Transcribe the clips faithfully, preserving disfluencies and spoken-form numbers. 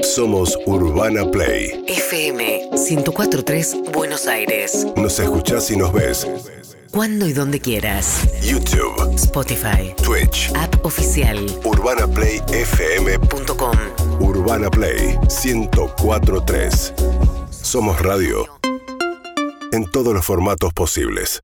Somos Urbana Play. F M ciento cuatro punto tres Buenos Aires. Nos escuchás y nos ves. Cuando y donde quieras. YouTube, Spotify, Twitch, app oficial, urbana play f m punto com. Urbana Play ciento cuatro punto tres. Somos radio en todos los formatos posibles.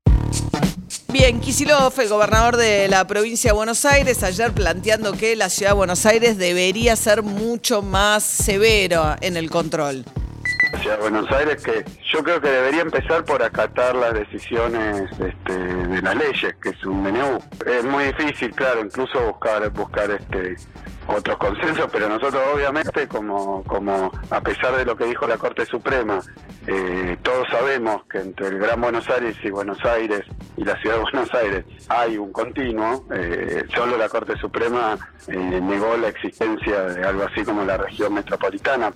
Bien, Kicillof, el gobernador de la provincia de Buenos Aires, ayer planteando que la ciudad de Buenos Aires debería ser mucho más severo en el control. La ciudad de Buenos Aires, que yo creo que debería empezar por acatar las decisiones este, de las leyes, que es un menú. Es muy difícil, claro, incluso buscar buscar este otros consensos, pero nosotros obviamente, como como a pesar de lo que dijo la Corte Suprema, eh, todos sabemos que entre el Gran Buenos Aires y Buenos Aires y la ciudad de Buenos Aires hay un continuo. Eh, solo la Corte Suprema eh, negó la existencia de algo así como la región metropolitana.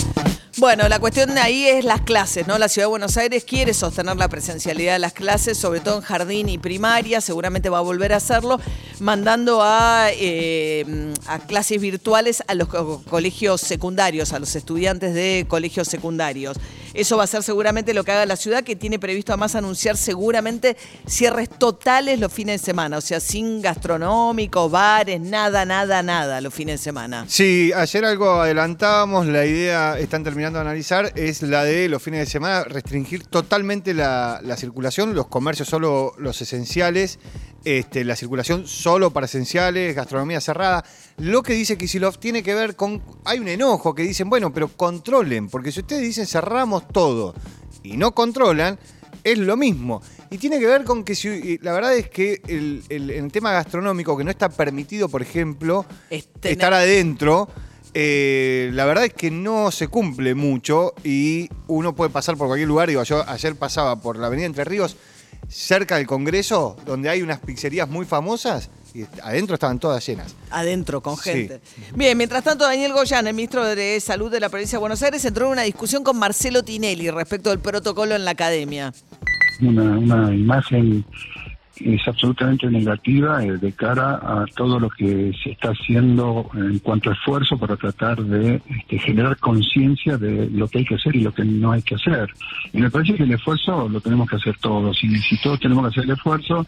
Bueno, la cuestión de ahí es las clases, ¿no? La Ciudad de Buenos Aires quiere sostener la presencialidad de las clases, sobre todo en jardín y primaria, seguramente va a volver a hacerlo, mandando a, eh, a clases virtuales a los co- colegios secundarios, a los estudiantes de colegios secundarios. Eso va a ser seguramente lo que haga la ciudad, que tiene previsto además anunciar seguramente cierres totales los fines de semana, o sea, sin gastronómicos, bares, nada, nada, nada los fines de semana. Sí, ayer algo adelantábamos, la idea, están terminando de analizar, es la de los fines de semana restringir totalmente la, la circulación, los comercios solo los esenciales, este, la circulación solo para esenciales, gastronomía cerrada. Lo que dice Kicillof tiene que ver con, hay un enojo que dicen, bueno, pero controlen, porque si ustedes dicen cerramos todo y no controlan, es lo mismo. Y tiene que ver con que si, la verdad es que el, el, el tema gastronómico, que no está permitido, por ejemplo, este, estar adentro, Eh, la verdad es que no se cumple mucho y uno puede pasar por cualquier lugar. Digo, yo ayer pasaba por la avenida Entre Ríos, cerca del Congreso, donde hay unas pizzerías muy famosas, y adentro estaban todas llenas. Adentro, con gente. Sí. Bien, mientras tanto, Daniel Goyan, el ministro de Salud de la provincia de Buenos Aires, entró en una discusión con Marcelo Tinelli respecto del protocolo en la academia. Una, una imagen es absolutamente negativa eh, de cara a todo lo que se está haciendo en cuanto a esfuerzo para tratar de este, generar conciencia de lo que hay que hacer y lo que no hay que hacer. Y me parece que el esfuerzo lo tenemos que hacer todos, y si todos tenemos que hacer el esfuerzo,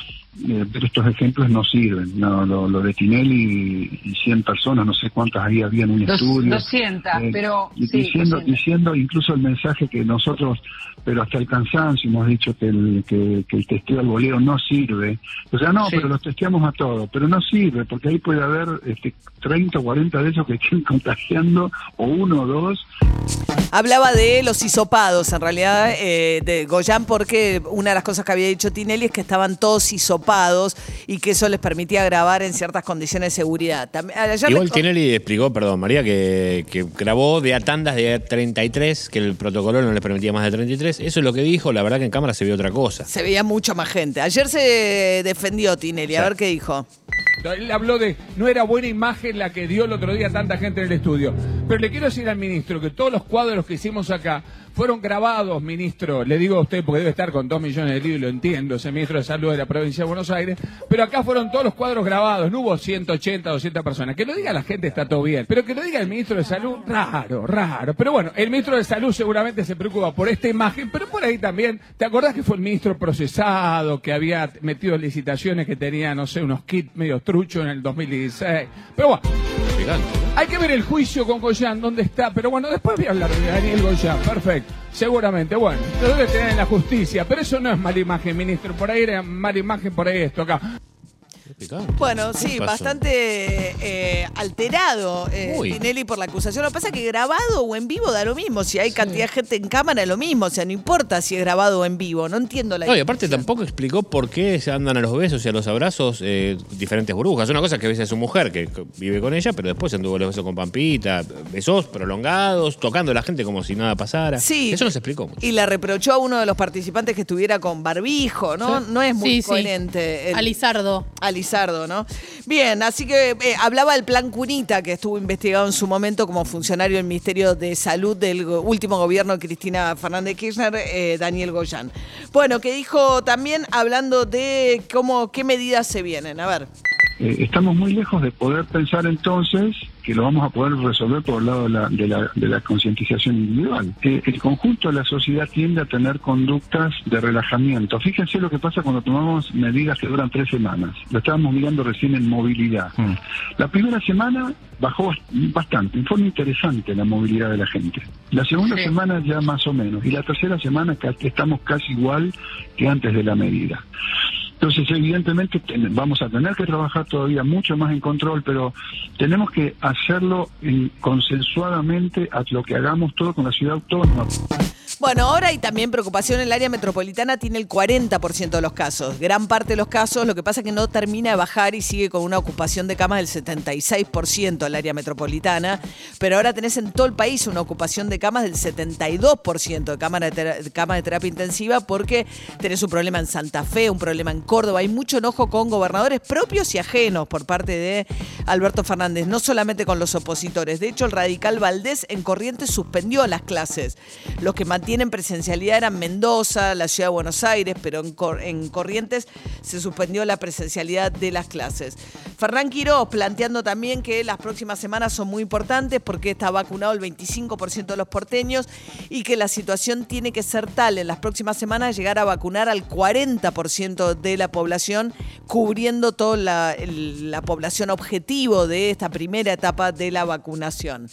eh, pero estos ejemplos no sirven. No, lo, lo de Tinelli y cien personas, no sé cuántas ahí había en un Dos, estudio. doscientas, eh, pero... Y sí, diciendo, doscientas. diciendo incluso el mensaje que nosotros, pero hasta el cansancio, hemos dicho que el, que, que el testeo al boleo no sirve. O sea, no, sí. Pero los testeamos a todos, pero no sirve, porque ahí puede haber este, treinta o cuarenta de ellos que estén contagiando, o uno o dos. Hablaba de los hisopados, en realidad, eh, de Goyan, porque una de las cosas que había dicho Tinelli es que estaban todos hisopados y que eso les permitía grabar en ciertas condiciones de seguridad. También, ayer Igual le... Tinelli explicó, perdón, María, que, que grabó de a tandas de treinta y tres, que el protocolo no les permitía más de treinta y tres. Eso es lo que dijo, la verdad que en cámara se vio otra cosa. Se veía mucha más gente. Ayer se defendió Tinelli, a ver qué dijo. Él habló de, no era buena imagen la que dio el otro día tanta gente en el estudio. Pero le quiero decir al ministro que todos los cuadros que hicimos acá fueron grabados, ministro. Le digo a usted porque debe estar con dos millones de libros, lo entiendo, ese ministro de Salud de la provincia de Buenos Aires. Pero acá fueron todos los cuadros grabados, no hubo ciento ochenta, doscientas personas. Que lo diga la gente está todo bien, pero que lo diga el ministro de Salud, raro, raro. Pero bueno, el ministro de Salud seguramente se preocupa por esta imagen, pero por ahí también, ¿te acordás que fue el ministro procesado, que había metido licitaciones que tenía, no sé, unos kits medio truchos en el dos mil dieciséis? Pero bueno, hay que ver el juicio con Goyan, dónde está. Pero bueno, después voy a hablar de Daniel Goyan, perfecto. Seguramente, bueno, lo debe tener en la justicia, pero eso no es mala imagen, ministro. Por ahí era mala imagen, por ahí esto acá. Bueno, sí, bastante eh, alterado eh, Tinelli por la acusación. Lo que pasa es que grabado o en vivo da lo mismo. Si hay sí. cantidad de gente en cámara es lo mismo. O sea, no importa si es grabado o en vivo. No entiendo la No, y aparte tampoco explicó por qué se andan a los besos y a los abrazos eh, diferentes burbujas. Una cosa que a veces es su mujer, que vive con ella, pero después anduvo los besos con Pampita, besos prolongados, tocando a la gente como si nada pasara. Sí. Eso no se explicó mucho. Y le reprochó a uno de los participantes que estuviera con barbijo, ¿no? Sí. No es muy sí, coherente. Sí. El... A Lizardo. A Lizardo, ¿no? Bien, así que eh, hablaba del plan Cunita, que estuvo investigado en su momento como funcionario del Ministerio de Salud del último gobierno de Cristina Fernández Kirchner, eh, Daniel Goyan. Bueno, que dijo también, hablando de cómo qué medidas se vienen. A ver. Eh, estamos muy lejos de poder pensar entonces que lo vamos a poder resolver por el lado de la, de la, de la concientización individual. Eh, el conjunto de la sociedad tiende a tener conductas de relajamiento. Fíjense lo que pasa cuando tomamos medidas que duran tres semanas. Lo estábamos mirando recién en movilidad. Mm. La primera semana bajó bastante, en forma interesante la movilidad de la gente. La segunda sí. semana ya más o menos. Y la tercera semana estamos casi igual que antes de la medida. Entonces, evidentemente, ten, vamos a tener que trabajar todavía mucho más en control, pero tenemos que hacerlo en, consensuadamente a lo que hagamos todo con la ciudad autónoma. Bueno, ahora hay también preocupación en el área metropolitana, tiene el cuarenta por ciento de los casos. Gran parte de los casos, lo que pasa es que no termina de bajar y sigue con una ocupación de camas del setenta y seis por ciento el área metropolitana, pero ahora tenés en todo el país una ocupación de camas del setenta y dos por ciento de camas de, ter- camas de terapia intensiva, porque tenés un problema en Santa Fe, un problema en Córdoba. Hay mucho enojo con gobernadores propios y ajenos por parte de Alberto Fernández, no solamente con los opositores. De hecho, el radical Valdés en Corrientes suspendió las clases. Los que tienen presencialidad eran Mendoza, la ciudad de Buenos Aires, pero en, Cor- en Corrientes se suspendió la presencialidad de las clases. Ferran Quiroz planteando también que las próximas semanas son muy importantes porque está vacunado el veinticinco por ciento de los porteños y que la situación tiene que ser tal en las próximas semanas llegar a vacunar al cuarenta por ciento de la población, cubriendo toda la, el, la población objetivo de esta primera etapa de la vacunación.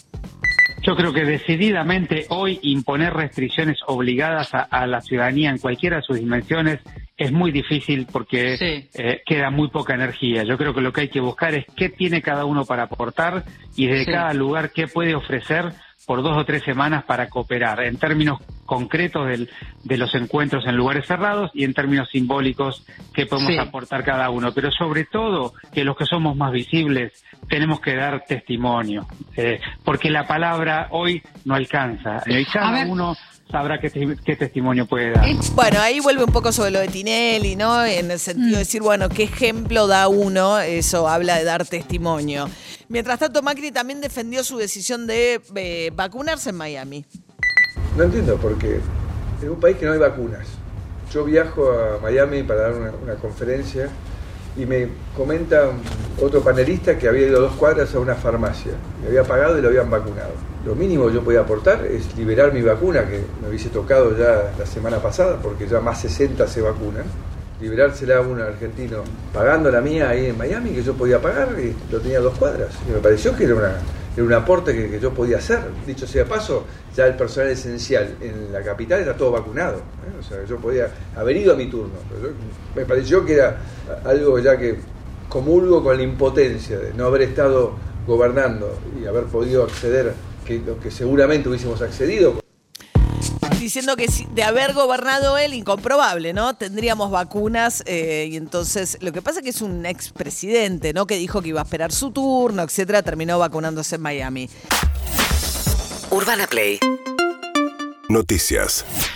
Yo creo que decididamente hoy imponer restricciones obligadas a, a la ciudadanía en cualquiera de sus dimensiones es muy difícil porque sí. eh, queda muy poca energía. Yo creo que lo que hay que buscar es qué tiene cada uno para aportar y desde sí. cada lugar qué puede ofrecer por dos o tres semanas para cooperar en términos concretos del, de los encuentros en lugares cerrados y en términos simbólicos que podemos sí. aportar cada uno, pero sobre todo que los que somos más visibles tenemos que dar testimonio, eh, porque la palabra hoy no alcanza, y cada uno sabrá qué, te, qué testimonio puede dar. Bueno, ahí vuelve un poco sobre lo de Tinelli, ¿no? En el sentido de decir, bueno, ¿qué ejemplo da uno? Eso habla de dar testimonio. Mientras tanto, Macri también defendió su decisión de eh, vacunarse en Miami. No entiendo, porque en un país que no hay vacunas. Yo viajo a Miami para dar una, una conferencia y me comenta otro panelista que había ido dos cuadras a una farmacia. Me había pagado y lo habían vacunado. Lo mínimo que yo podía aportar es liberar mi vacuna, que me hubiese tocado ya la semana pasada, porque ya más sesenta se vacunan. Liberársela a un argentino pagando la mía ahí en Miami, que yo podía pagar, y lo tenía a dos cuadras. Y me pareció que era, una, era un aporte que, que yo podía hacer. Dicho sea de paso, ya el personal esencial en la capital está todo vacunado, ¿eh? O sea, yo podía haber ido a mi turno. Pero yo, me pareció que era algo ya que comulgo con la impotencia de no haber estado gobernando y haber podido acceder, que lo que seguramente hubiésemos accedido. Diciendo que de haber gobernado él, incomprobable, ¿no? Tendríamos vacunas eh, y entonces lo que pasa es que es un expresidente, ¿no? Que dijo que iba a esperar su turno, etcétera, terminó vacunándose en Miami. Urbana Play. Noticias.